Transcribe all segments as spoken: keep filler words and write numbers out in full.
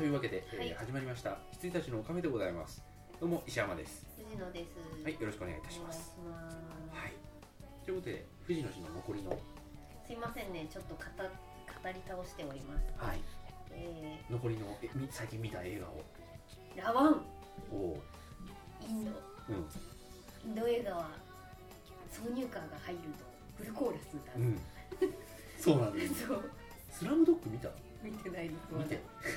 というわけで、 はいえー、始まりました羊たちのおかめでございます。どうも石山です。 藤野です。 はい、よろしくお願いいたします。 お願いします。 はい、ということで藤野氏の残りのすいませんね、ちょっと語語り倒しております。 はい、 え残りのえみ最近見た映画をー、ラワンおおインドうんインド映画は挿入歌が入るとフルコーラス歌う、 うんそうなんです。 そうスラムドッグ見た？ 見てないです。 見て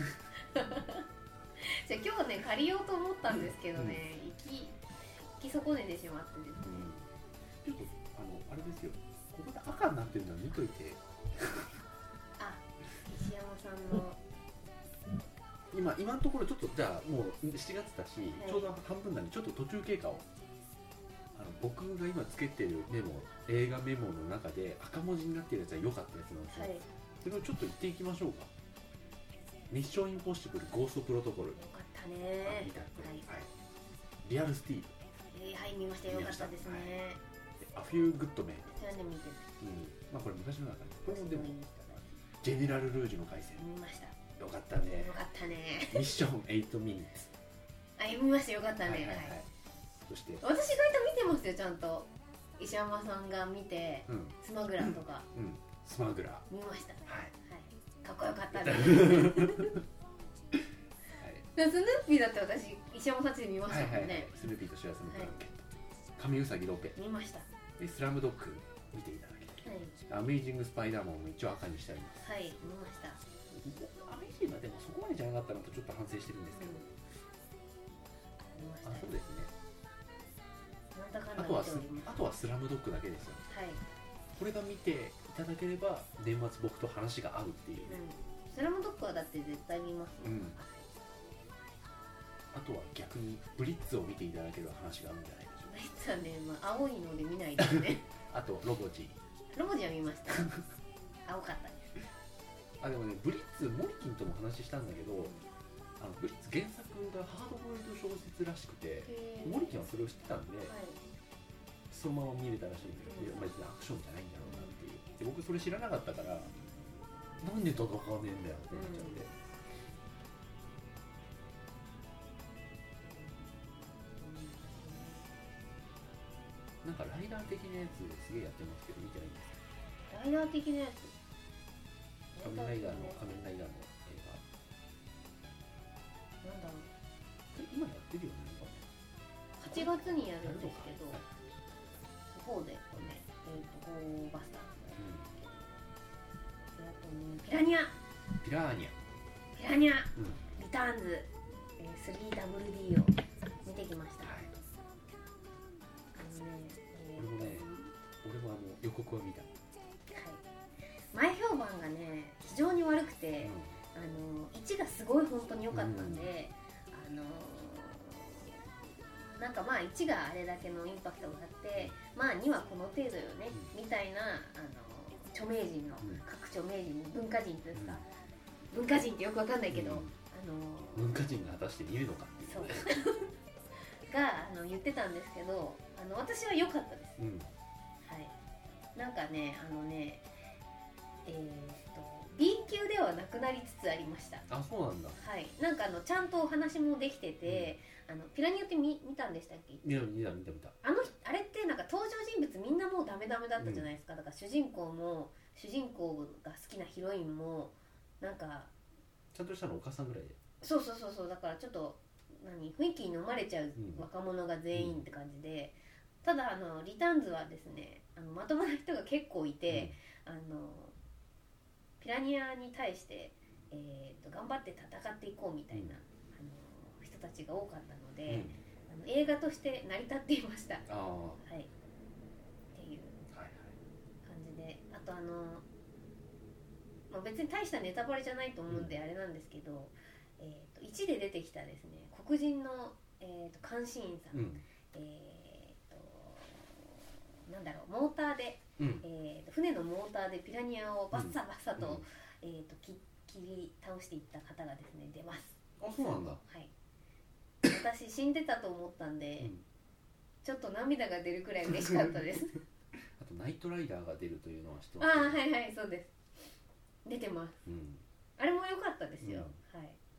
じゃあ今日ね借りようと思ったんですけどね、うん、行き行き損ねてしまってですね、 うん、ちょっとあのあれですよ、ここで赤になってるのは見といてあ、石山さんの今今のところちょっとじゃあもうしちがつだし、はい、ちょうど半分なんでちょっと途中経過をあの僕が今つけてるメモ、映画メモの中で赤文字になってるやつは良かったやつなんですよ、はい、それをちょっと言っていきましょうか。ミッションインポッシブルゴーストプロトコル。よかったね。 見た、はいはい、リアルスティール、 えー、はい見ました。よかったですね。 はい、アフューグッドメン。 それで見てる。 うん、まあこれ昔の中で、これもでもジェネラルルージュの回戦見ました。 よかったね。 よかったね。 ミッションエイトミニッツ。 あ、見ました。よかったね。はいはいはい。 そして私意外と見てますよ、ちゃんと。石山さんが見て、うん、スマグラとか、 うんうん、スマグラ見ました。 はい、はい、 かっこよかったです。はい、スヌーピーだって私石山さんちで見ましたもんね。はいはいはい、 スヌーピーとシュラスのブランケット、神うさぎロペ見ました。 でスラムドッグ見ていただきたい、はい、アメイジングスパイダーマンも一応赤にしてあります。 はい見ました。 アメイジングはでもそこまでじゃなかったのとちょっと反省してるんですけど、 うん、見ました。 あ、そうですね。 なんだかんだあとはスあとはスラムドッグだけですよ。はい。これが見ていただければ年末僕と話が合うっていうね、 うん、スラムドッグはだって絶対見ますよ、うん、 あとは逆にブリッツを見ていただければ話が合うんじゃないでしょうか。 ブリッツはね、まあ、青いので見ないですねあとロボジーロボジーは見ました青かったです。 あ、でもね、ブリッツモリキンとも話したんだけど、あのブリッツ原作がハードボイルド小説らしくて、モリキンはそれを知ってたんで、はい、そのまま見れたらしいんだけど、うん、別にアクションじゃないんだろうなっていう。で僕それ知らなかったから、なんで戦わねえんだよってなっちゃって、うん、なんかライダー的なやつすげえやってますけど見てないんですか？ ライダー的なやつ、 仮面ライダーの仮面ライダーの映画なんだろう、 今やってるよね。 はちがつにやるんですけど、フォーで、ね、えーと、ゴーバスターズ、うん、あとね、ピラニアピラーニャピラニャ、うん、リターンズ、えー、スリーダブリューディー を見てきました。はい、 あのね、えー、俺もね、俺もあの予告を見た。はい、 前評判がね非常に悪くて、うん、あのいちがすごい本当に良かったんで、うん、あのなんかまあいちがあれだけのインパクトがあって、まあにはこの程度よね、うん、みたいなあの著名人の、うん、各著名人文化人ですか、うん、文化人ってよくわかんないけど、うん、あの文化人が果たしているのかっていうそうがあの言ってたんですけど、あの私は良かったです、うん、はい、なんかねあのねえー、っと B 級ではなくなりつつありました。 あ、そうなんだ。 はい、なんかあのちゃんとお話もできてて、うん、あのピラニアって見見たんでしたっけ？ 見た見た見た見た。 あのあれってなんか登場人物みんなもうダメダメだったじゃないですか、うん、だから主人公も主人公が好きなヒロインもなんかちゃんとしたのお母さんぐらいで。 そうそうそうそう、だからちょっと何雰囲気に飲まれちゃう若者が全員って感じで、うん、ただあのリターンズはですね、あのまともな人が結構いて、うん、あのピラニアに対して、えー、と頑張って戦っていこうみたいな、うん、あの人たちが多かったので、うん、あの映画として成り立っていました。あ、はい、っていう感じで、あとあの、まあ、別に大したネタバレじゃないと思うんであれなんですけど、うん、えー、といちで出てきたですね黒人の、えー、と監視員さん、うん、えー、となんだろうモーターで、うん、えー、と船のモーターでピラニアをバッサバッサと、うん、えー、と切り倒していった方がですね出ます。 あ、そうなんだ。はい、 私死んでたと思ったんで、うん、ちょっと涙が出るくらい嬉しかったですあとナイトライダーが出るというのは知ってます？ ああ、はいはい、そうです、出てます、うん、あれも良かったですよ、うん、はい、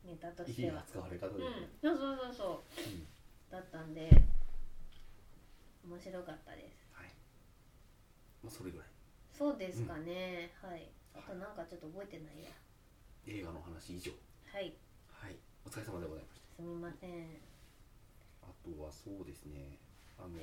ネタといいしては扱われ方で、ね、 うん、そうそうそうそう、 うん、 だったんで面白かったです。 はい、まあ、それぐらいそうですかね、うん、はい。あとはい、 なんかちょっと覚えてないや。 映画の話以上。 はいはい、お疲れ様でございました。 すみません。 あとはそうですね、あの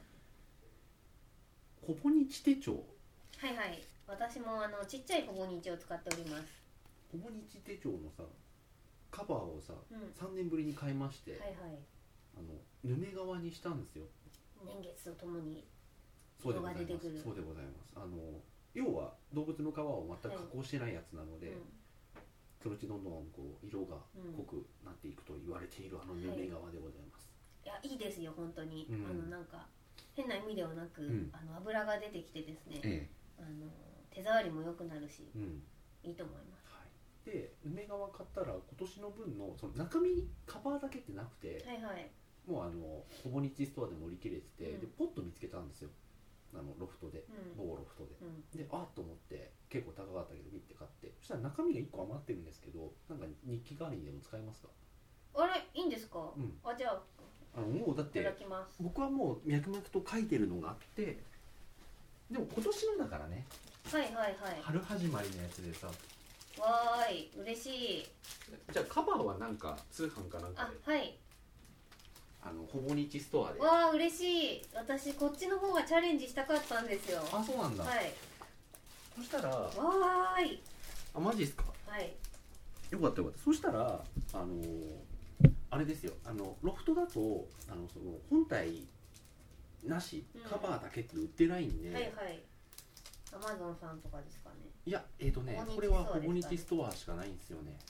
ほぼ日手帳。 はいはい、私もあのちっちゃいほぼ日を使っております。 ほぼ日手帳のさカバーをさ、 うん、 さんねんぶりに買いまして、 はいはい、 あのヌメ革にしたんですよ。 年月とともにそうでございます。 色が出てくる。 そうでございます。あの要は動物の皮を全く加工してないやつなので、はい、うん、そのうちどんどんこう色が濃くなっていくと言われているあのヌメ革でございます。 はい、いやいいですよ本当に、うん、あのなんか変な意味ではなく、うん、あの油が出てきてですね、ええ、あの手触りも良くなるし、うん、いいと思います。 はい、でヌメ革買ったら今年の分のその中身カバーだけってなくて、 はいはい、 もうあのほぼ日ストアでも売り切れてて、うん、でポッと見つけたんですよ、あのロフトで、うん、某ロフトで、うん、であっと思って結構高かったけど見て買って、そしたら中身がいっこ余ってるんですけど、なんか日記代わりにでも使えますか？ あれいいんですか？うん、あ、じゃああのもうだって僕はもう脈々と書いてるのがあって、でも今年のだからね、 はいはいはい、 春始まりのやつでさ、 わーい嬉しい。 じゃあカバーはなんか通販かなんかで、 あ、はい、 あのほぼ日ストアで。 わー嬉しい。私こっちの方がチャレンジしたかったんですよ。 あ、そうなんだ。 はい、 そしたらわーい、 あ、マジですか？ はい、 よかったよかった。そしたらあのーあれですよ、あのロフトだとあのその本体なし、カバーだけって売ってないんで、うん、はいはい、 アマゾンさんとかですかね。 いや、えっ、ー、とね、これはほぼ日ストアしかないんですよね。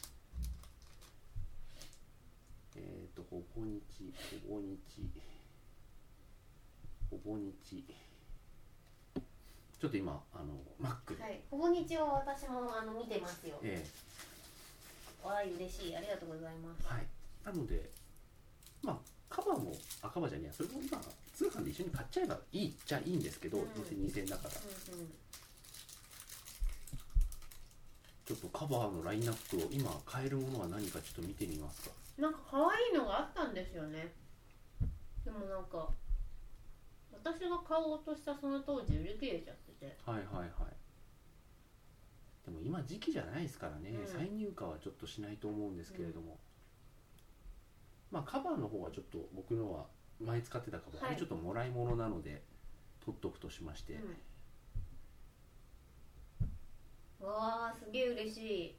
えっ、ー、とほぼ日ほぼ日ほぼ日ちょっと今あの Mac で、 はい、ほぼ日は私もあの見てますよ。ええー、わーい嬉しい、ありがとうございます。 はい、なのでまあカバーもあカバーじゃねえや、それも今通販で一緒に買っちゃえばいいっちゃいいんですけど、うん、どうせにせんえんだから、うんうん、ちょっとカバーのラインナップを今買えるものは何かちょっと見てみますか。 なんか可愛いのがあったんですよね。でもなんか私が買おうとしたその当時売り切れちゃってて、 はいはいはい。でも今時期じゃないですからね、うん、再入荷はちょっとしないと思うんですけれども、うん、まあカバーの方はちょっと僕のは前使ってたカバー、はい、これちょっともらい物なので取っとくとしまして、 うん、わーすげえ嬉しい。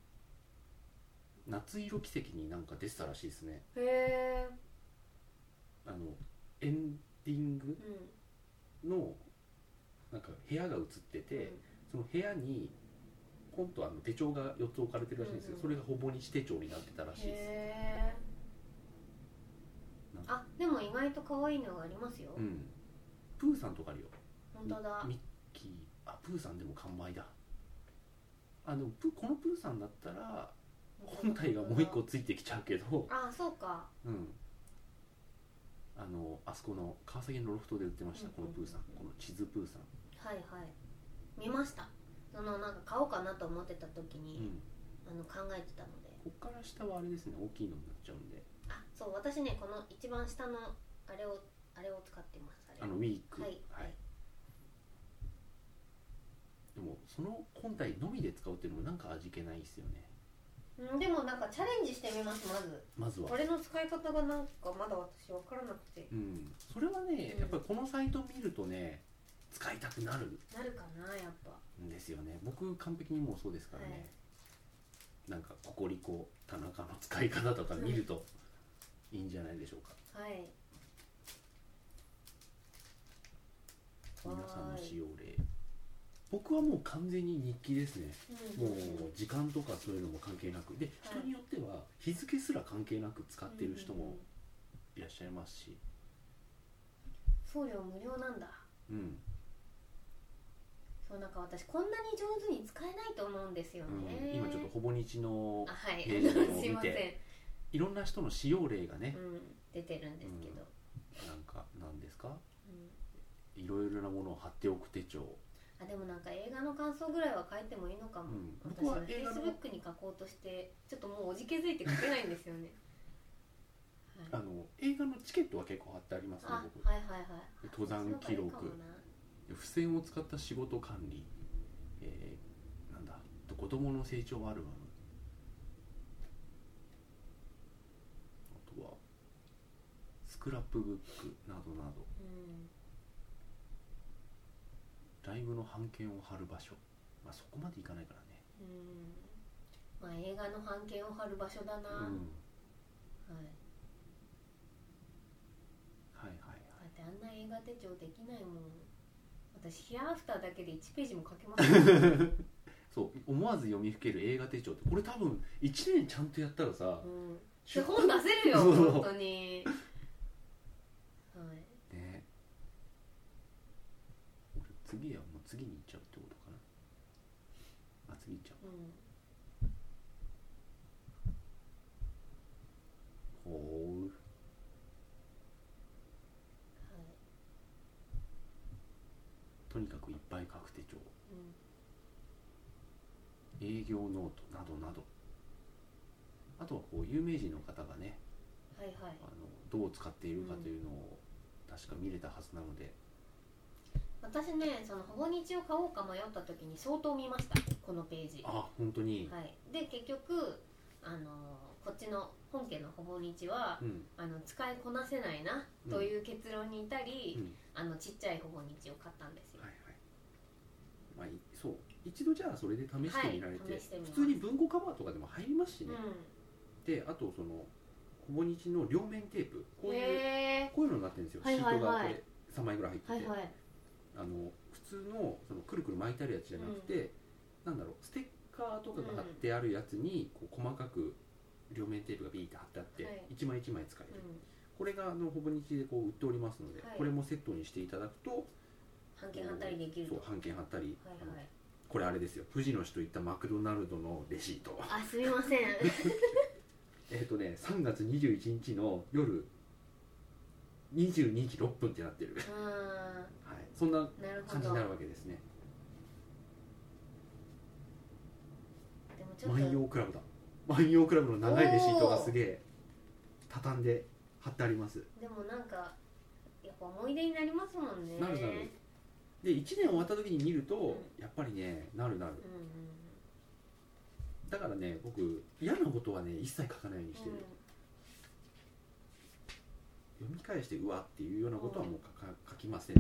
夏色奇跡になんか出てたらしいですね。 へえ。 あのエンディングのなんか部屋が映ってて、うん、その部屋にポンとあの手帳がよっつ置かれてるらしいんですけど、うんうん、それがほぼ日手帳になってたらしいです。 へー。あ、でも意外と可愛いのがありますよ。 うん。プーさんとかあるよ。 本当だ。 ミッキー、あ、プーさんでも完売だ。あのプこのプーさんだったら本体がもう一個ついてきちゃうけど、 あ、そうか。 うん。あのあそこの川崎のロフトで売ってました、うんうんうん、このプーさん、この地図プーさん。 はいはい。見ました。そのなんか買おうかなと思ってた時に、うん、あの考えてたので。 こっから下はあれですね、大きいのになっちゃうんで。 あ、そう私ねこの一番下のあれをあれを使ってます。あれあのウィーク。 はいはい。 でもその本体のみで使うっていうのもなんか味気ないですよね。 うん、でもなんかチャレンジしてみます。まずまずはこれの使い方がなんかまだ私分からなくて、 うん、それはね、うん、やっぱりこのサイト見るとね使いたくなるなるかな、やっぱんですよね。僕完璧にもうそうですからね、はい、なんかココリコ田中の使い方とか見るといいんじゃないでしょうか。 はい。 皆さんの使用例、僕はもう完全に日記ですね、うんうんうん、もう時間とかそういうのも関係なくで、はい、人によっては日付すら関係なく使ってる人もいらっしゃいますし、 うんうんうん、送料無料なんだ。うん。そうなんか私こんなに上手に使えないと思うんですよね、 うん、今ちょっとほぼ日のページを見て、はい、いろんな人の使用例がね、 うん、出てるんですけど、 うん、なんか何ですか、うん、いろいろなものを貼っておく手帳。 あでもなんか映画の感想ぐらいは書いてもいいのかも、うん、私はフェイスブックに書こうとしてちょっともうおじけづいて書けないんですよねはい、あの映画のチケットは結構貼ってありますね。僕はいはいはい、 登山記録、付箋を使った仕事管理、えー、なんだ子供の成長アルバム、あとはスクラップブックなどなど、うん、ライブの版権を貼る場所、まあ、そこまでいかないからね、 うん、まあ映画の版権を貼る場所だな、うんはいはいはいはい、 だってあんな映画手帳できないもん。私ヒアアフターだけでいちページも書けます、ね、 そう思わず読みふける映画手帳ってこれ多分いちねんちゃんとやったらさ、うん、 手本出せるよ本当にはいね。俺次はもう次に行っちゃうってことかな。あ次行っちゃう、うん、ほうとにかくいっぱい書く手帳、うん、営業ノートなどなど、あとはこう有名人の方がね、 はいはい、 あのどう使っているかというのを確か見れたはずなので、 うん、私ねそのほぼ日を買おうか迷った時に相当見ましたこのページ。 あ本当に、 はい、で結局あのこっちの本家のほぼ日は、うん、あの使いこなせないなという結論に至り、うん、あのちっちゃいほぼ日を買ったんですよ。 はいはい、まあ、そう一度じゃあそれで試してみられて、はい、て普通に文庫カバーとかでも入りますしね、うん、であとそのほぼ日の両面テープこういうこういうのになってるんですよ、はいはいはい、シートがこれさんまいぐらい入ってて、はいはい、あの普通 の, そのくるくる巻いてあるやつじゃなくて、うん、なんだろうステッカーとかが貼ってあるやつにこう細かく両面テープがビーって貼ってあって、はい、いちまいいちまい使える、うん、これがあのほぼ日でこう売っておりますので、はい、これもセットにしていただくと半券貼ったりできる。 そう半券貼ったり、はいはい、これあれですよ藤野氏といったマクドナルドのレシート。 あすみませんえっとねさんがつにじゅういちにちの夜にじゅうにじろっぷんってなってるはい、そんな感じになるわけですね。 でもちょっと万葉クラブだ万葉クラブの長いレシートがすげえ畳んで貼ってあります。 でもなんかやっぱ思い出になりますもんね。 なるなる。でいちねん終わった時に見ると、うん、やっぱりねなるなる、うんうん、だからね僕嫌なことはね一切書かないようにしてる、うん、読み返してうわっていうようなことはもう書か書きません、はい、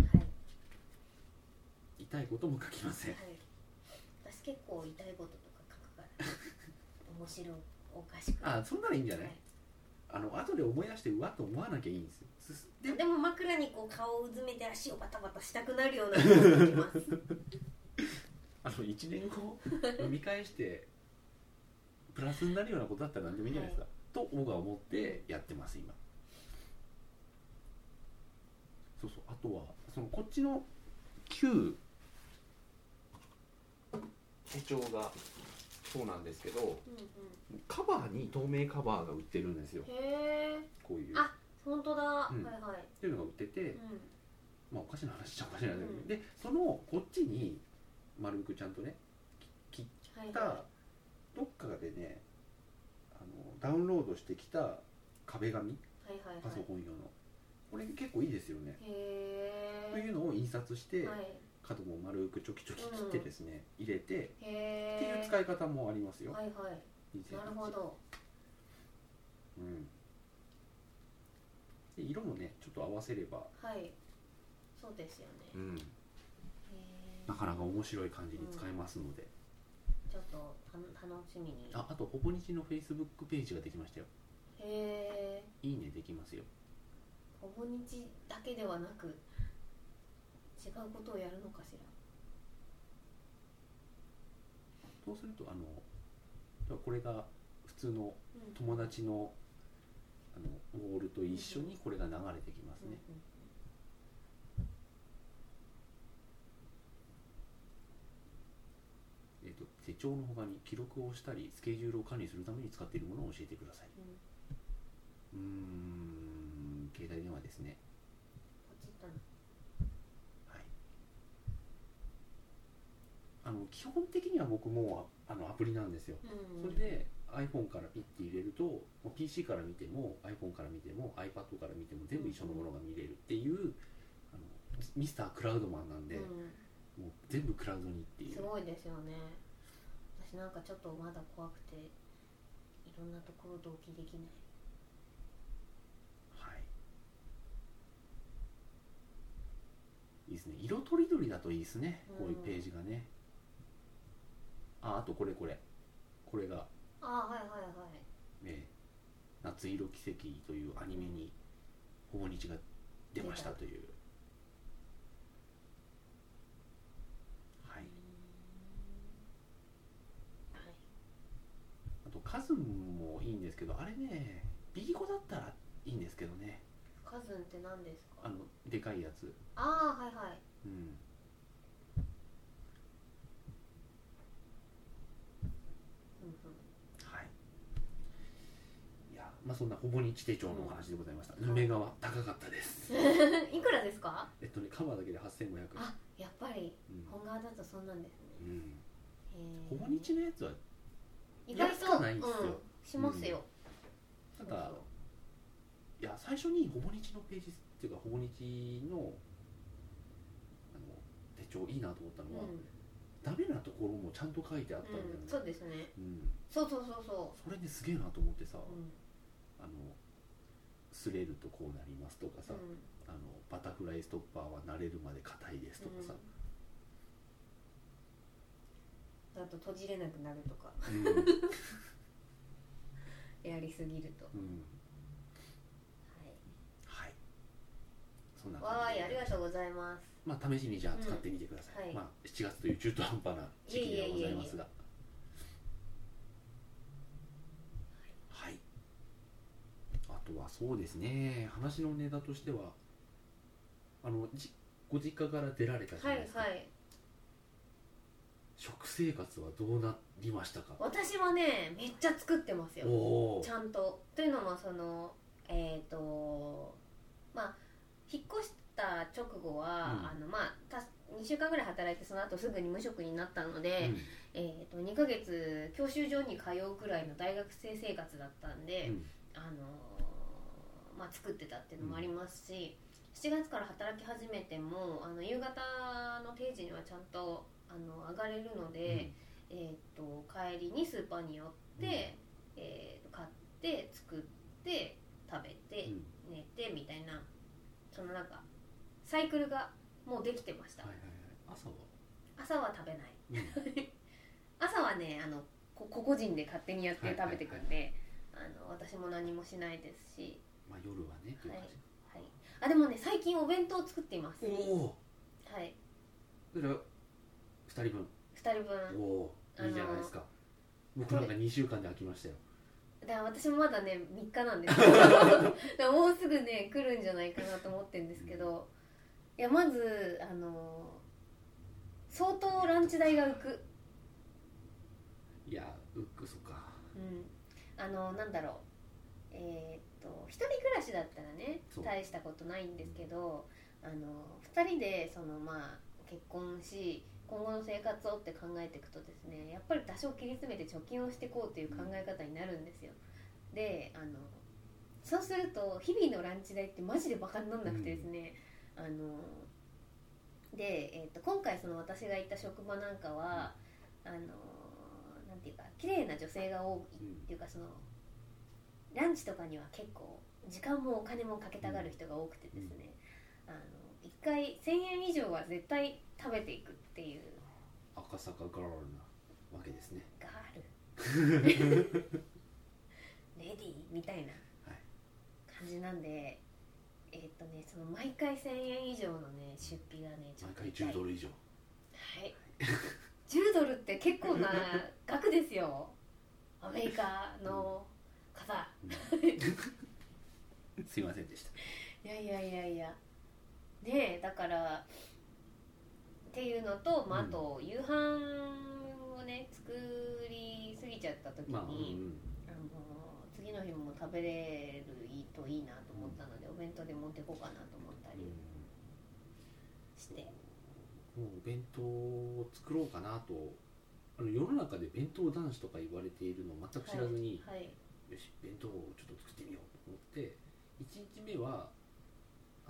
痛いことも書きません、はい、 私結構痛いこととか書くから面白おかしくあそんならいいんじゃない、はい、あの後で思い出してうわっと思わなきゃいいんですよ。 で, でも枕にこう顔をうずめて足をバタバタしたくなるようなことがありますあのいちねんご読み返してプラスになるようなことだったら何でもいいんじゃないですか、はい、と僕は思ってやってます今。そうそうあとはそのこっちの旧手帳がそうなんですけど、うんうん、カバーに透明カバーが売ってるんですよ。 へーこういうあ本当だ、うん、はいはいっていうのが売ってて、うん、まあおかしな話っちゃおかしな話だけど、うん、でそのこっちに丸くちゃんとね切った、はいはい、どっかでねあのダウンロードしてきた壁紙、はいはいはい、パソコン用のこれ結構いいですよね。 へーというのを印刷して、はい、角も丸くチョキチョキ切ってですね、うん、入れてへっていう使い方もありますよ。 はいはい、なるほど、 うんで色もねちょっと合わせればはいそうですよね、 うん、なかなか面白い感じに使えますので、 うん、ちょっとた楽しみに。 ああとほぼ日の Facebook ページができましたよ。 へえいいねできますよ。 ほぼ日だけではなく違うことをやるのかしら。 そうするとあのこれが普通の友達の、うんあのウォールと一緒にこれが流れてきますね、うんうんえー、と手帳の他に記録をしたりスケジュールを管理するために使っているものを教えてください。うん、うーん携帯電話ですね。 ポチッとな。 はいあの基本的には僕もあのアプリなんですよ、 うん、 それで iPhone からピッて入れると ピーシー から見ても iPhone から見ても iPad から見ても全部一緒のものが見れるっていう、あのミスタークラウドマンなんで、 うん、 もう全部クラウドにっていう。 すごいですよね。私なんかちょっとまだ怖くていろんなところ同期できない。 はい、いいですね。色とりどりだといいですね、こういうページがね。あ、あとこれこれこれがあ、はいはいはい、 ね、夏色奇跡というアニメにほぼ日が出ましたという、はい、あとカズンもいいんですけど、あれねビリコだったらいいんですけどね。 カズンって何ですか？ あのでかいやつ。 ああ、はいはい、 うん、はい。いや、まあそんなほぼ日手帳のお話でございました。 うん、 梅川高かったです。 いくらですか？ えっとね、カバーだけではっせんごひゃくえん。 あ、やっぱり、うん、本革だとそんなんですね。 うん、ほぼ日のやつは意外と安くないんですよ、うん、 しますよ、 うん、なんかいや最初にほぼ日のページっていうかほぼ日のあの手帳いいなと思ったのは、うん、ダメなところもちゃんと書いてあったんだよね、 うん、そうですね、 うん、 そうそうそうそう、 それですげえなと思ってさ、 うん、 あの擦れるとこうなりますとかさ、うん、あのバタフライストッパーは慣れるまで硬いですとかさ、 うん、あと閉じれなくなるとか、うん、やりすぎると、うん、はい、そんな感じで、わーい、ありがとうございます。 まあ試しにじゃあ使ってみてください、うん、はい、まあしちがつという中途半端な時期ではございますが、いえいえいえいえ、はい、あとはそうですね、話のネタとしてはあのじご実家から出られたじゃないですか、はいはい、食生活はどうなりましたか？ 私はねめっちゃ作ってますよ、ちゃんと。というのもそのえっ、ー、とまあ引っ越した直後は、うん、あのまあたにしゅうかんぐらい働いてその後すぐに無職になったので、うん、えー、とにかげつ教習所に通うくらいの大学生生活だったんで、うん、あのまあ、作ってたっていうのもありますし、しちがつから働き始めてもあの夕方の定時にはちゃんとあの上がれるので、うん、えー、と帰りにスーパーに寄って、うん、えー、と買って作って食べて、うん、寝てみたいな、そのなんかサイクルがもうできてました、はいはいはい、朝は朝は食べない、うん、朝はねあのこ個々人で勝手にやって食べてくんで、はいはいはい、あの私も何もしないですし、 まあ、夜はね、はい、 はい、あでもね最近お弁当を作っています。おお、はい、 それはふたりぶんふたりぶん、 おお、いいじゃないですか。僕なんかにしゅうかんで飽きましたよ。 だから私もまだねみっかなんですけどもうすぐね来るんじゃないかなと思ってるんですけど、いやまずあの相当ランチ代が浮く。 いや浮く、そっか、 うん、あのなんだろう、えー、っと一人暮らしだったらね大したことないんですけど、あのふたりでそのまあ結婚し今後の生活をって考えていくとですね、やっぱり多少切り詰めて貯金をしていこうという考え方になるんですよ。で、あのそうすると日々のランチ代ってマジでバカにならなくてですね、うん、あので、えー、と今回その私が行った職場なんかは、うん、あのなんていうか綺麗な女性が多いっていうか、そのランチとかには結構時間もお金もかけたがる人が多くてですね、あのいっかいせんえん以上は絶対食べていくっていう赤坂ガールなわけですね。 ガールレディーみたいな感じなんで、はい、えーっとねその毎回せんえん以上のね出費がねちょっと毎回じゅうドル以上、 はいじゅうドルって結構な額ですよアメリカの方、 うん、すいませんでした。 いやいやいやいやねえ、だからっていうのと、まあ、あと夕飯をね作りすぎちゃった時に、まあうん、あの次の日も食べれるといいなと思ったので、うん、お弁当で持っていこうかなと思ったりして、 もう弁当を作ろうかなと、あの世の中で弁当男子とか言われているのを全く知らずに、 はいはい、 よし弁当をちょっと作ってみようと思って、いちにちめはあの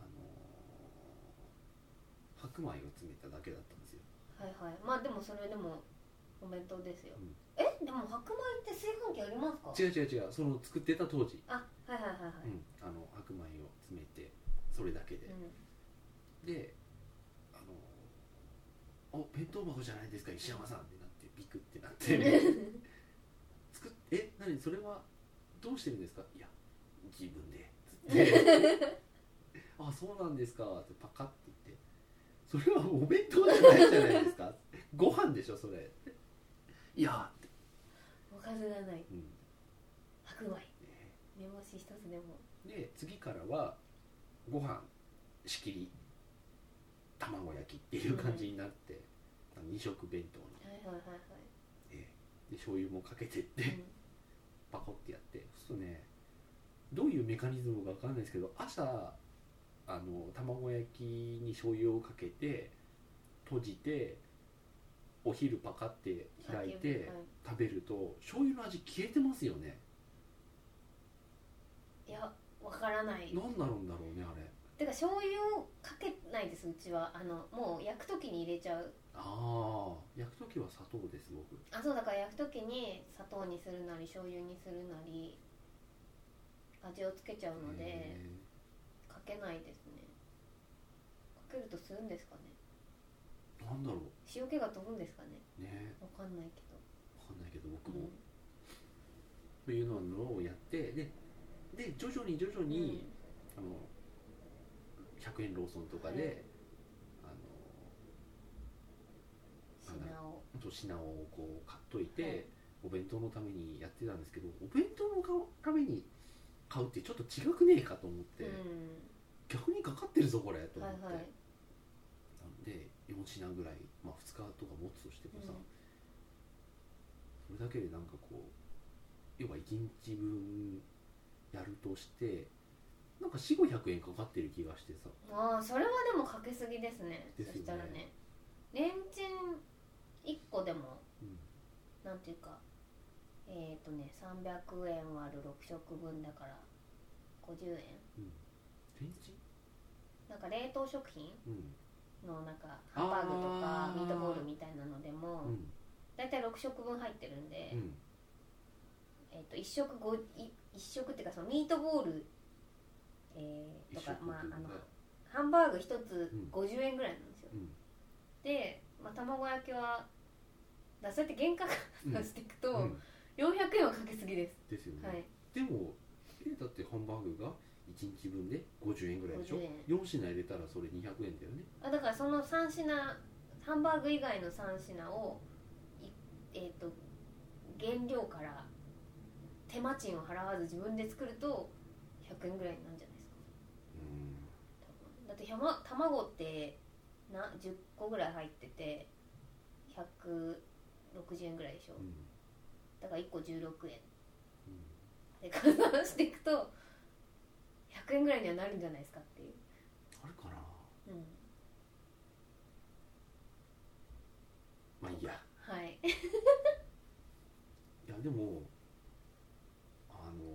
ー、白米を詰めただけだったんですよ。 はいはい。まあでもそれでもお弁当ですよ、うん、えでも白米って炊飯器ありますか？ 違う違う違う、その作ってた当時、 あ、はいはいはいはい、 うん、あの白米を詰めてそれだけで、うん、であのお弁当箱じゃないですか石山さんってなってビクってなって作っえ何それはどうしてるんですか？いや自分でつってあそうなんですかってパカッて言って、それはお弁当じゃないじゃないですかご飯でしょそれ。いやっておかずがない、 うん、 白米、ね、煮干し一つでも。 で次からはご飯仕切り卵焼きっていう感じになって、うん、に食弁当に、 はいはいはいはい、 えー、で醤油もかけてって、うん、パコってやって、そうするとねどういうメカニズムか分かんないですけど、朝あの卵焼きに醤油をかけて閉じてお昼パカって開いて食べると醤油の味消えてますよね。 いやわからない。 何なるんだろうねあれ。 てか醤油をかけないですうちは。あのもう焼く時に入れちゃう。 ああ焼く時は砂糖です僕。 あそうだから焼く時に砂糖にするなり醤油にするなり味をつけちゃうのでかけないですね。かけるとするんですかね。 なんだろう、 塩気が飛ぶんですかね。 ねわかんないけどわかんないけど僕も、うん、というのをやってでで徐々に徐々に、うん、あのひゃくえんローソンとかで、はい、あの品を品をこう買っといて、はい、お弁当のためにやってたんですけど、お弁当のために買うってちょっと違くねえかと思って、うん、逆にかかってるぞこれと思って、はいはい、なんでよん品ぐらい、まあ、ふつかとか持つとしてもさ、うん、それだけでなんかこう要はいちにちぶんやるとしてなんか よんひゃくごひゃくえんかかってる気がしてさ。 ああそれはでもかけすぎですね。ですよね。そしたらねレンチンいっこでも、うん、なんていうかえっ、ー、とねさんびゃくえん割るろく食分だからごじゅうえん、うん、 レンチンなんか冷凍食品、うんのなんかハンバーグとかミートボールみたいなのでも、うん、だいたいろく食分入ってるんで、うん、えー、といち食ごいち食っていうかそのミートボール、えー、とか、まあ、あのハンバーグひとつごじゅうえんぐらいなんですよ、うん、で、まあ、卵焼きはだそうやって原価化していくと、うん、よんひゃくえんはかけすぎです。 ですよね、はい、でもえだってハンバーグがいちにちぶんでごじゅうえんぐらいでしょ。よん品入れたらそれにひゃくえんだよね。 あだからそのさん品ハンバーグ以外のさん品をえっ、ー、と原料から手間賃を払わず自分で作るとひゃくえんぐらいになるんじゃないですか。うんだって卵ってなじゅっこぐらい入っててひゃくろくじゅうえんぐらいでしょ、うん、だからいっこじゅうろくえん、うん、で換算していくとひゃくえんぐらいにはなるんじゃないですかっていう。 あるかな。 うんまあいいや。 はいいやでもあの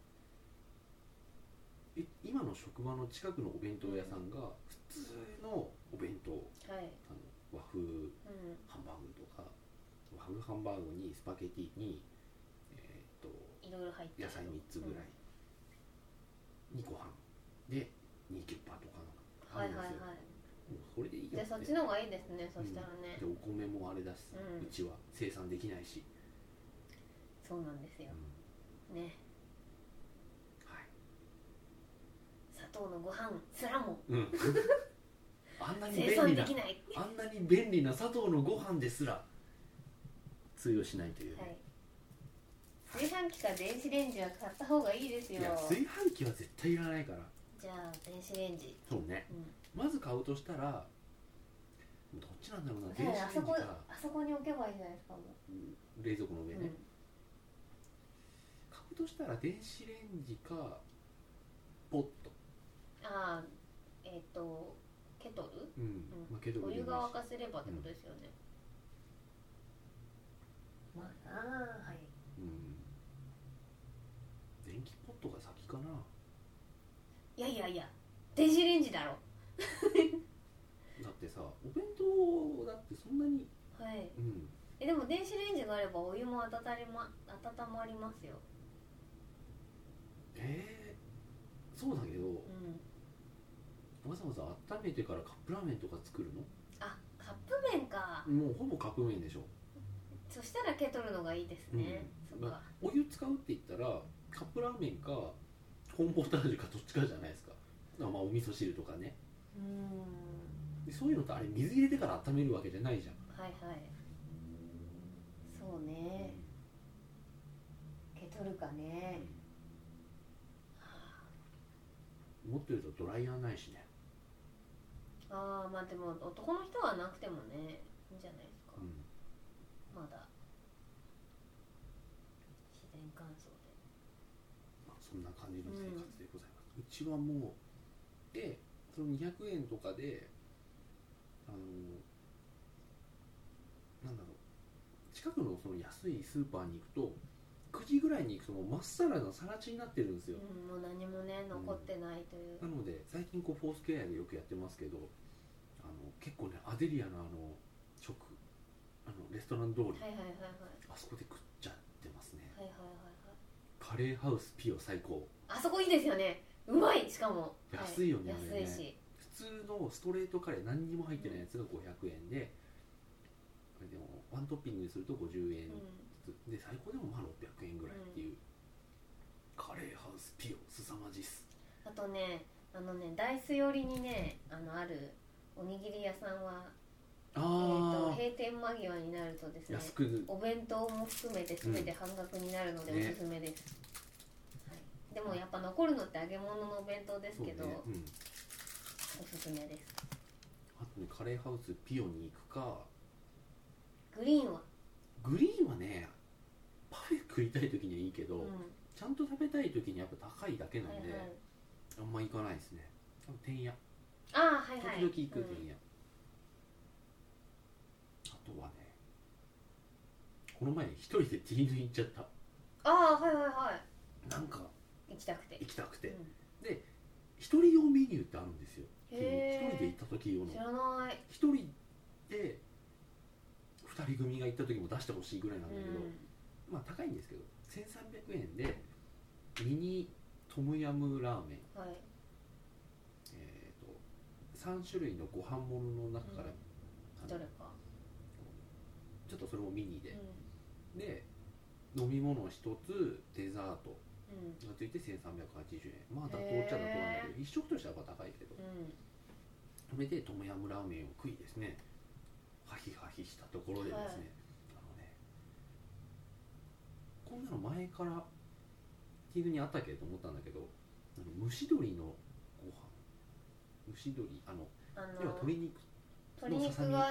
え今の職場の近くのお弁当屋さんが普通のお弁当、はい、あの和風ハンバーグとか、うん、和風ハンバーグにスパゲティに、えー、っといろいろ入ってる野菜みっつぐらい、うん、にご飯でにキュッパーとかなんかあるんですよ。はいはいはい。 もうそれでいいよって。 じゃあそっちの方がいいですね、そしたらね、 うん、でお米もあれだし、うん、うちは生産できないし。 そうなんですよ、うん、ね。 はい砂糖のご飯すらも、うん、 あんなに便利なあんなに便利な砂糖のご飯ですら通用しないという、ね。はい炊飯器か電子レンジは買った方がいいですよ。 いや炊飯器は絶対いらないから。 じゃあ電子レンジ。 そうね、うん、まず買うとしたらどっちなんだろうな。電子レンジかあそこ、あそこに置けばいいじゃないですかもう冷蔵庫の上ね、うん、買うとしたら電子レンジかポット。 ああえっ、ー、とケトル、 うん、まあ、ケトルお湯が沸かせればってことですよね、うん、まあなあ、はい、 うん、電気ポットが先かな。 いやいやいや電子レンジだろだってさ、お弁当だってそんなに、 はい、 うん、 えでも電子レンジがあればお湯も温まり、ま、温まりますよ。 えー、そうだけど、うん、わざわざ温めてからカップラーメンとか作るの？ あ、カップ麺か。 もうほぼカップ麺でしょ。 そしたらケトルのがいいですね、うん、そっか、まあ、 お湯使うって言ったらカップラーメンかコーンポタージュかどっちかじゃないですか。まあお味噌汁とかね。うーん、でそういうのってあれ水入れてから温めるわけじゃないじゃん。 はいはい、そうね、うん、ケトルかね、 うん、持ってるとドライヤーないしね。 ああ、まあでも男の人はなくてもねいいんじゃないですか、うん、まだ自然乾燥で、 まあ、そんな感じの生活でございます、うん、うちはもうでそのにひゃくえんとかであのなんだろう、近くのその安いスーパーに行くとくじぐらいに行くともうまっさらなさら地になってるんですよ、 うん、もう何もね残ってないという、 うん、なので最近こうフォースケアでよくやってますけど、あの結構ねアデリアのあの食あのレストラン通り、はいはいはいはい、あそこで食っちゃってますね、はいはいはいはい、カレーハウスピオ最高。 あそこいいですよね、うまい、しかも安いよね、 はい、 あれね、 安いし普通のストレートカレー何にも入ってないやつがごひゃくえんで、これでもワントッピングにするとごじゅうえんずつ、うん、で最高でもまあろっぴゃくえんぐらいっていう、うん、カレーハウスピオすさまじっす。あとね、あのねダイス寄りにね あのあるおにぎり屋さんはあ、えー、と閉店間際になるとですね、安くお弁当も含めて全て半額になるのでおすすめです、うん、ね、はい、でもやっぱ残るのって揚げ物のお弁当ですけど、ね、うん、おすすめです。 あとね、カレーハウスピオに行くか、 グリーンはグリーンはねパフェ食いたい時にはいいけど、うん、ちゃんと食べたい時にやっぱ高いだけなんで、はいはい、あんま行かないですね。てんや、 あ、はいはい、 時々行くてんや、うん、あとはね、この前一人でティーヌ行っちゃった。 ああ、はいはいはい、なんか行きたくて行きたくて、うん、で一人用メニューってあるんですよ。一人で行った時用の、 知らない。 一人で二人組が行った時も出してほしいぐらいなんだけど、うん、まあ高いんですけどせんさんびゃくえんでミニトムヤムラーメン、はい、えーとさん種類のご飯物の中から、 うん、どれかちょっとそれもミニで、うん、で飲み物一つデザートがついてせんさんびゃくはちじゅうえん、まあ妥当っちゃ妥当なんだけど一食としては高いけど、うん、それでトムヤムラーメンを食いですね、ハヒハヒしたところでですね、はい、あのね、こんなの前からティーヌにあったっけと思ったんだけど、あの蒸し鶏のご飯、蒸し鶏、あの、あのー、要は鶏肉鶏肉があって、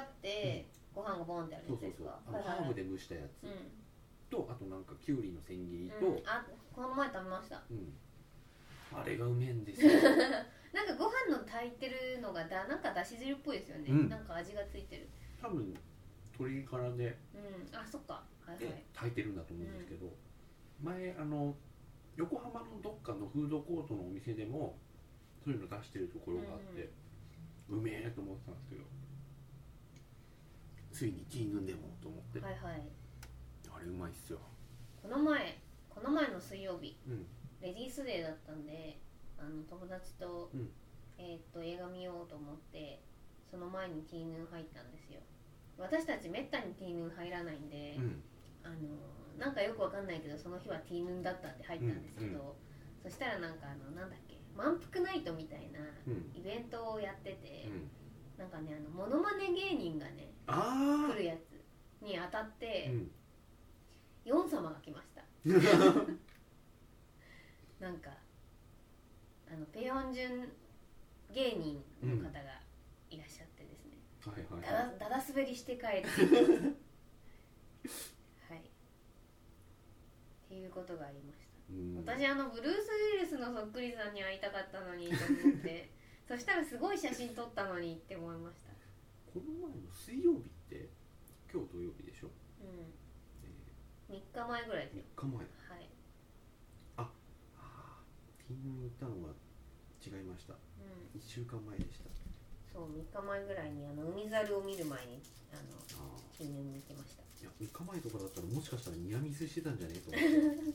うん、ご飯がボンってあるやつですか。 そうそうそう、あの、はいはい、ハーブで蒸したやつ、うん、とあとなんかきゅうりの千切りと、 うん、あ、この前食べました、うん、 あれがうめえんですよなんかご飯の炊いてるのがだなんかだし汁っぽいですよね、うん、なんか味がついてる、 多分鶏ガラで、 うん、あ、そっか、はいはい、 で炊いてるんだと思うんですけど、うん、前あの横浜のどっかのフードコートのお店でもそういうの出してるところがあって、うん、うめえと思ってたんですけど、ついにティーヌでもと思って、 はいはい、 あれうまいっすよ。 この前この前の水曜日、 うん、 レディースデーだったんで、あの友達と、うん、えー、っと映画見ようと思ってその前にティーヌ入ったんですよ。私たちめったにティーヌ入らないんで、うん、あのなんかよくわかんないけどその日はティーヌだったんで入ったんですけど、うんうん、そしたらなんかあのなんだっけ、満腹ナイトみたいなイベントをやってて、うん、なんかね、あのモノマネ芸人がね来るやつに当たって、うん、ヨン様が来ましたなんかあのペヨンジュン芸人の方がいらっしゃってですね、うん、はいはいはい、だだ滑りして帰るはいっていうことがありました。私あのブルース・ウィルスのそっくりさんに会いたかったのにと思ってそしたらすごい写真撮ったのにって思いました。 この前の水曜日って今日土曜日でしょ。 うん、えー、みっかまえぐらいですよ。 みっかまえ。 はい。 ああ、金運行ったのが違いました、うん、いっしゅうかんまえでした。 そう、みっかまえぐらいにあの海猿を見る前にあの金運に行きました。 いやみっかまえとかだったらもしかしたらニアミスしてたんじゃねえと思って、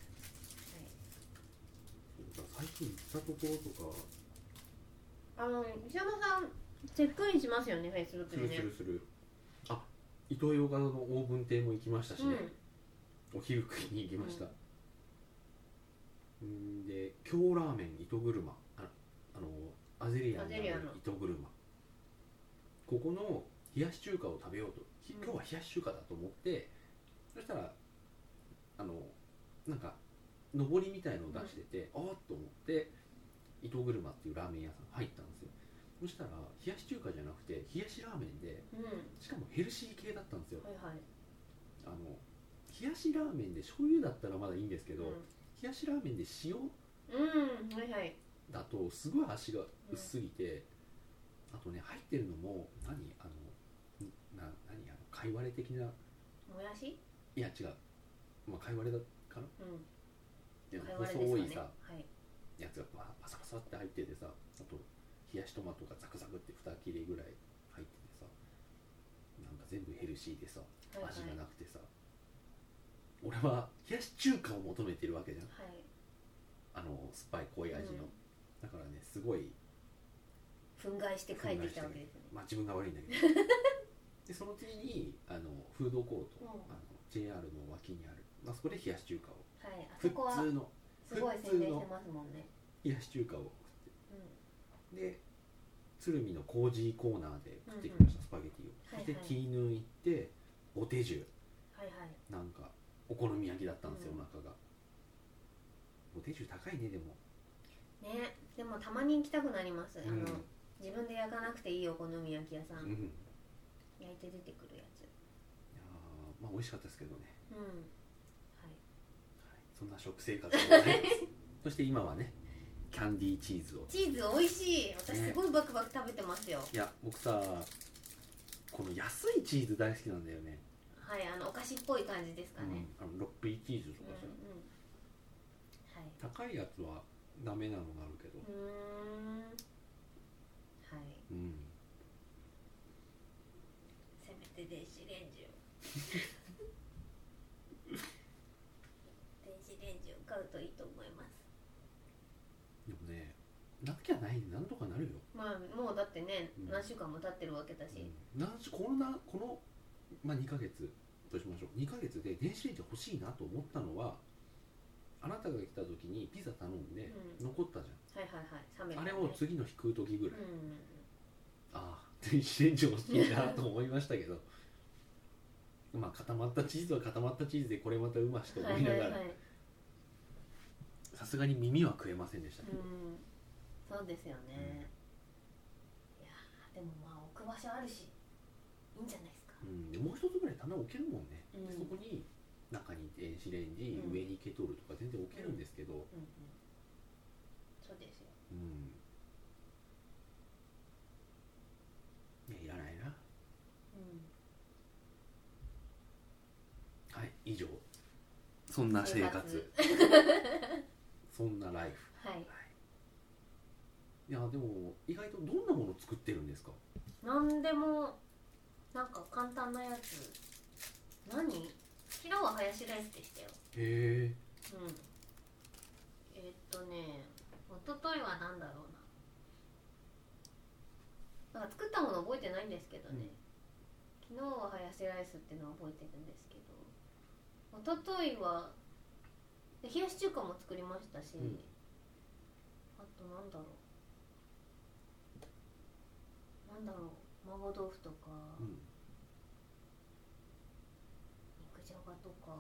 はい、最近行ったところとか、 あの石山さんチェックインしますよね、フェイスブックでね。 するするする。あ、イトーヨーカドーのオーブン亭も行きましたしね、うん、お昼食いに行きました、うん、で京ラーメン糸車、ああのアゼリアンの糸車、ここの冷やし中華を食べようと、今日は冷やし中華だと思って、うん、そしたらあのなんか上りみたいのを出してて、うん、あっと思って糸車っていうラーメン屋さん入ったんですよ。そしたら冷やし中華じゃなくて冷やしラーメンで、うん、しかもヘルシー系だったんですよ、はいはい、あの冷やしラーメンで醤油だったらまだいいんですけど、うん、冷やしラーメンで塩、うんはいはい、だとすごい味が薄すぎて、うん、あとね入ってるのも何あのな何あの貝割れ的なもやし、 いや違う、まあ、貝割れだかな、うん、でも細いさ、はい、やつがパサパサって入っててさ、あと冷やしトマトがザクザクってに切れぐらい入っててさ、なんか全部ヘルシーでさ、はいはい、味がなくてさ、俺は冷やし中華を求めてるわけじゃん、はい、あの酸っぱい濃い味の、うん、だからねすごい憤慨して帰ってきたわけですね。 まあ自分が悪いんだけどでその次にあのフードコート、うん、あの ジェイアール の脇にある、まあ、そこで冷やし中華を、はい、あそこは普通のすごい宣伝してますもんね。 冷やし中華を食って、うん、で鶴見のコージーコーナーで食ってきました、うんうん、スパゲティを、はいはい、でティーヌン行ってボテジュ、はいはい、なんかお好み焼きだったんですよ、うん、お腹が。ボテジュ高いね。でもね、でもたまに行きたくなります、うん、あの自分で焼かなくていいお好み焼き屋さん、うん、焼いて出てくるやつ。いやまあ美味しかったですけどね、うんはいはい、そんな食生活でございますそして今はねキャンディーチーズを。 チーズ美味しい。私すごいバクバク食べてますよ、ね、 いや僕さこの安いチーズ大好きなんだよね。 はい、あのお菓子っぽい感じですかね、 うん、あのロッピーチーズとかさ、うんうんはい、高いやつはダメなのがあるけど、うーんはい、うん、 せめて電子レンジを電子レンジを買うといいと思います。 でもねなきゃないなんとかなるよ。 まあもうだってね、うん、何週間も経ってるわけだし、 うん、何週このなこのまあにかげつとしましょう。にかげつで電子レンジ欲しいなと思ったのは、あなたが来た時にピザ頼んで残ったじゃん、うん、はいはいはい、冷めたね、あれを次の日食う時ぐらい、うん、ああ電子レンジ欲しいなと思いましたけどまあ固まったチーズは固まったチーズでこれまたうましと思いながらさすがに耳は食えませんでしたけど、うん、 そうですよね、うん、いやでもまあ置く場所あるしいいんじゃないですか、 うん、でもう一つぐらい棚置けるもんね、うん、そこに中に電子レンジ、うん、上にケトルとか全然置けるんですけど、うんうんうん、 そうですよ、うん、 いやいらないな、うん、はい以上そんな生活そんなライフ、はいはい、いやでも意外とどんなもの作ってるんですか？ なんでもなんか簡単なやつ。何？昨日はハヤシライスでしたよ。へえ。うん。えー、っとね、一昨日は何だろうな。なんか作ったもの覚えてないんですけどね。うん、昨日はハヤシライスっていうのは覚えてるんですけど、一昨日は冷やし中華も作りましたし、うん、あとなんだろう。なんだろう。麻婆豆腐とか。うんじゃがとか、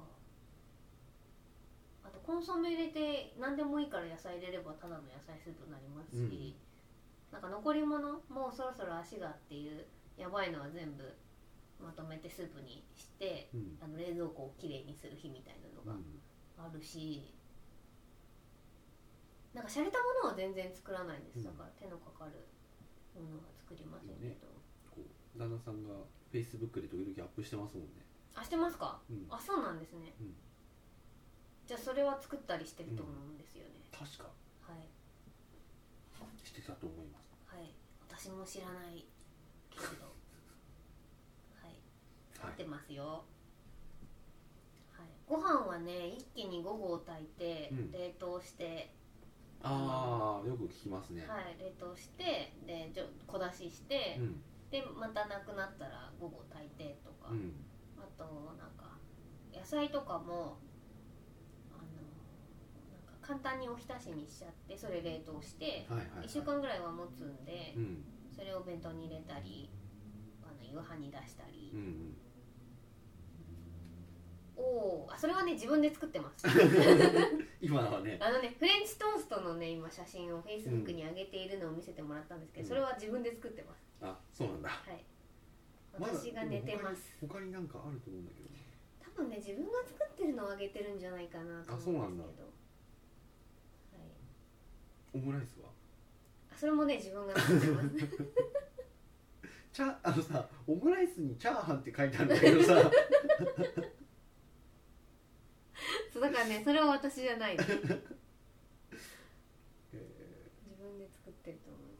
あとコンソメ入れて何でもいいから野菜入れればただの野菜スープになりますし、うん、なんか残り物もうそろそろ足がっていうやばいのは全部まとめてスープにして、うん、あの冷蔵庫をきれいにする日みたいなのがあるし、 なんか洒落たものは全然作らないです、うん、だから手のかかるものは作りませんけど、ね、 こう旦那さんが Facebook で時々アップしてますもんね。 あ、してますか、 うん、 あ、そうなんですね、うん、じゃあそれは作ったりしてると思うんですよね、 うん、確かはいしてたと思います。 はい、私も知らないけれどはい作ってますよ、はい、ご飯はね一気にご合炊いて、うん、冷凍して、 ああよく聞きますね。 はい、冷凍してで小出しして、うん、でまたなくなったらご合炊いてとか、うん、あとなんか野菜とかもあのなんか簡単におひたしにしちゃってそれ冷凍して、はいはいはい、いっしゅうかんぐらいは持つんで、うん、それを弁当に入れたりあの夕飯に出したり、うんうん、おー、あ、それはね自分で作ってます今はねあのねフレンチトーストのね今写真を Facebook に上げているのを見せてもらったんですけど、うん、それは自分で作ってます。 あ、そうなんだ。 はい、私が寝てます。 他になんかあると思うんだけど、 多分ね自分が作ってるのをあげてるんじゃないかなと思うんですけど。はい、 オムライスは？ あ、それもね自分が作ってますチャあのさオムライスにチャーハンって書いてあるんだけどさそうだからねそれは私じゃないです、えー、自分で作ってると思い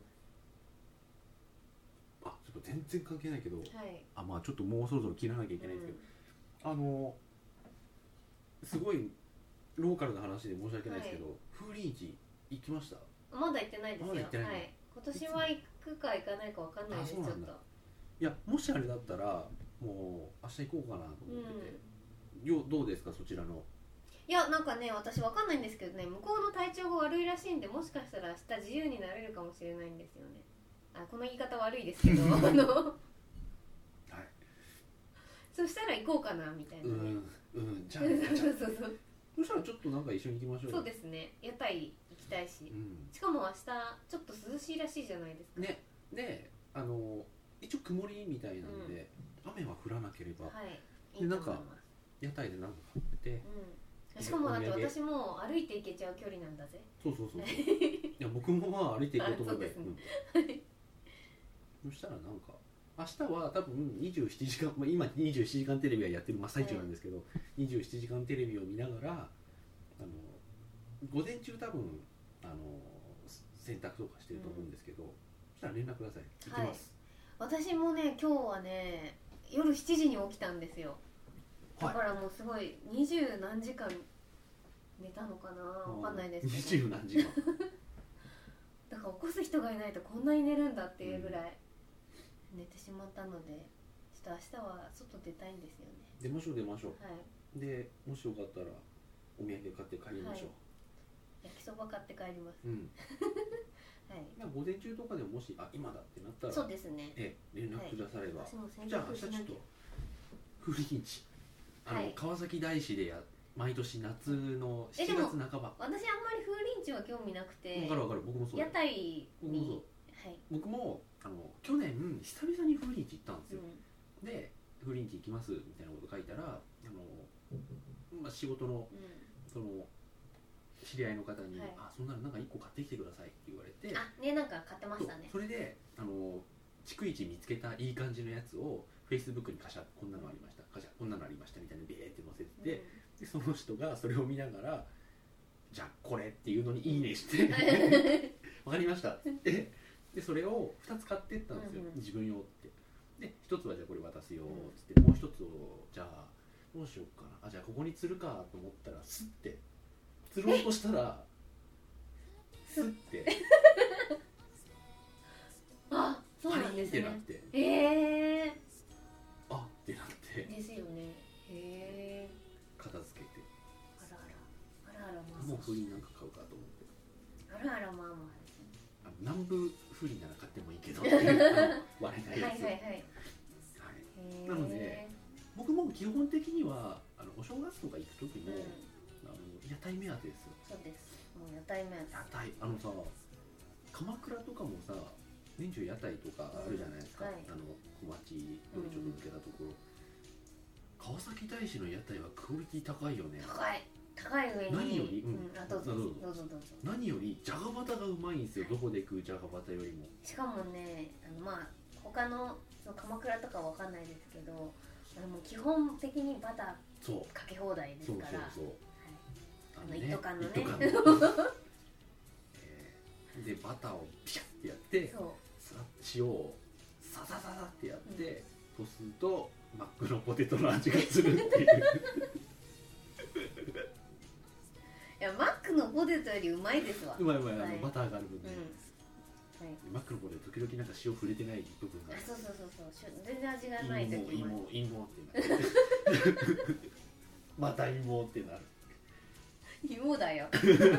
ます。あ、ちょっと全然関係ないけど、 はい、 あ、まあちょっともうそろそろ切らなきゃいけないんですけど、うん、あのすごいローカルな話で申し訳ないですけど、はい、風鈴市行きました？ まだ行ってないですよ。 まだ行ってない、 はい、今年は行くか行かないか分かんないです。ちょっといやもしあれだったらもう明日行こうかなと思ってて、うん、よどうですかそちらの。 いやなんかね私わかんないんですけどね向こうの体調が悪いらしいんでもしかしたら明日自由になれるかもしれないんですよね。あこの言い方悪いですけどあの、はい、そしたら行こうかなみたいなね。 うんうんじゃあそうそうそうそしたらちょっとなんか一緒に行きましょうよ。 そうですね屋台行きたいし、うん、しかも明日ちょっと涼しいらしいじゃないですかね。であの一応曇りみたいなので、うん、雨は降らなければ、 はい、 いいと思います。でなんか屋台でなんか買って、 うん、しかもだって私も歩いて行けちゃう距離なんだぜ。 そうそうそういや僕もまあ歩いて行こうと思えば。そうですね、うん、そしたらなんか明日は多分にじゅうななじかん、まあ、今にじゅうななじかんテレビはやってる真っ最中なんですけど、はい、にじゅうななじかんテレビを見ながらあの午前中多分あの洗濯とかしてると思うんですけど、うん、そしたら連絡ください。行きます、 はい、私もね今日はね夜しちじに起きたんですよ。だからもうすごいにじゅうなんじかん寝たのかなわかんないですけどにじゅうなんじかんだから起こす人がいないとこんなに寝るんだっていうぐらい寝てしまったのでちょっと明日は外出たいんですよね。 出ましょう出ましょう、 はい、 でもしよかったらお土産買って帰りましょう、 はい、焼きそば買って帰ります、 うんはい、 午前中とかでももしあ今だってなったらそうですねえ連絡くだされば、はい、 じゃあ明日ちょっと風鈴市あの、はい、川崎大師でや毎年夏のしちがつなかば。 私あんまり風鈴市は興味なくて。 分かる分かる僕もそう。 屋台にはい、僕もあの去年久々に風鈴市行ったんですよ、うん、で風鈴市行きますみたいなこと書いたらあの、まあ、仕事の、うん、その知り合いの方に、はい、あそんなのなんかいっこ買ってきてくださいって言われて、 あねなんか買ってましたね。 それであの逐一見つけたいい感じのやつをFacebook にカシャこんなのありましたカシャこんなのありましたみたいなビーって載せてて、うん、でその人がそれを見ながらじゃあこれっていうのにいいねしてわかりましたってでそれをふたつ買ってったんですよ、うんうん、自分用ってでひとつはじゃあこれ渡すよっつって、もうひとつをじゃあどうしようかなあじゃあここに釣るかと思ったらスッて釣ろうとしたらスッてあそうなんですね。 ってなってえー、 あってなってですよね。へえ片付けてあらあらあらあらまあもう風鈴なんか買うかと思ってあらあらまあまああ南部風鈴なら買ってもいいけど割れないやつはいはいはい、 はい、なので僕も基本的にはあのお正月とか行く時も、うん、あの屋台目当てですよ。 そうですもう屋台目当て屋台あのさ鎌倉とかもさ年中屋台とかあるじゃないですか、うんはい、あの小町よりちょっと抜けたところ、うん、川崎大師の屋台はクオリティ高いよね。 高い高高い上に何より、うんうん、あどうぞどうぞどうぞどうぞ。 何よりじゃがバタがうまいんですよ、どこで食うじゃがバタよりも。 しかもね、あのまあ他のその鎌倉とかわかんないですけど、あのもう基本的にバタそうーかけ放題ですそうから。 そうそう、 はい、あのね一斗缶のね一斗缶のえーでバターをピシャッてやってそうさ塩をササササってやって、うん、こするとマックのポテトの味がするっていういやマックのポテトよりうまいですわ。 うまいうまい、 はい、 あのバターがある分ね、 うんはい、 マックのポテト時々なんか塩触れてない部分があそうそうそうそう全然味がない時も芋芋芋ってなるまた芋ってなる芋だよ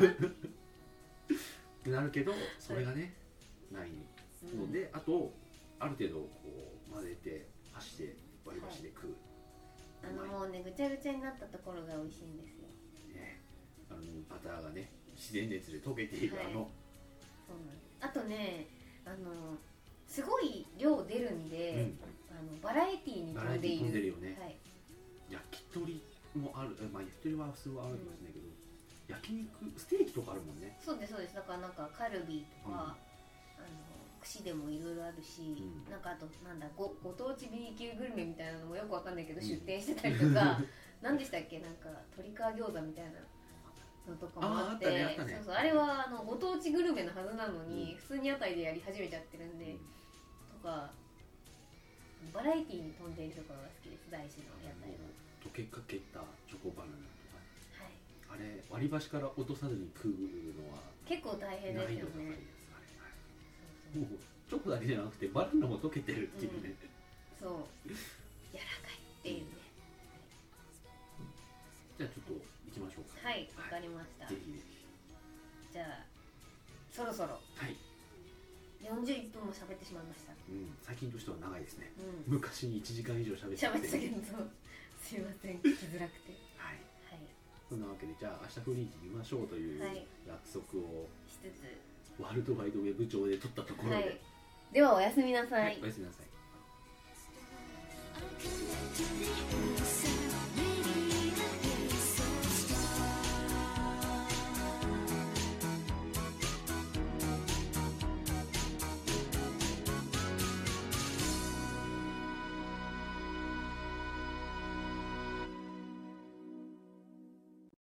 ってなるけどそれがね、はい、ないので、うん、あとある程度こう混ぜて箸で割り箸で食う、 はい、あのもうねぐちゃぐちゃになったところが美味しいんですよ、 ね、あのバターがね自然熱で溶けている、はい、あのそうなんです。あとねあのすごい量出るんで、うん、あのバラエティーに飛んでいる。 飛んでるよね、 はい、 焼き鳥もある、まあ、焼き鳥は普通はあるかもしれないけど、うん、焼肉ステーキとかあるもんね。 そうですそうです。だからなんかカルビとか、うん、あの串でもいろいろあるし、うん、なんかあとなんだ ご, ご当地 B 級グルメみたいなのもよくわかんないけど、うん、出店してたりとか何でしたっけ、なんか鶏皮餃子みたいなのとかもあって、ああ、ねね、そうそう、あれはあのご当地グルメのはずなのに、うん、普通に屋台でやり始めちゃってるんで、うん、とかバラエティーに飛んでいるところが好きです。大師の屋台は溶けかけたチョコバナナとか、はい、あれ割り箸から落とさずに食うのは結構大変ですよね。 もうチョコだけじゃなくてバナナも溶けてるっていうね、 うん、そう柔らかいっていうね、 うん、じゃあちょっと行きましょうか。 はい、わかりました、はい、ぜひぜひ。じゃあそろそろ、 はい、 よんじゅういっぷんも喋ってしまいました、 うん、最近としては長いですね、 うん、 昔にいちじかん以上喋って喋ってたけどすいません聞きづらくてはい、はい、そんなわけでじゃあ明日フリーに見ましょうという約束をしつつ、ワールドワイドウェブ上で撮ったところで、はい、 ではおやすみなさい、 はい、おやすみなさい。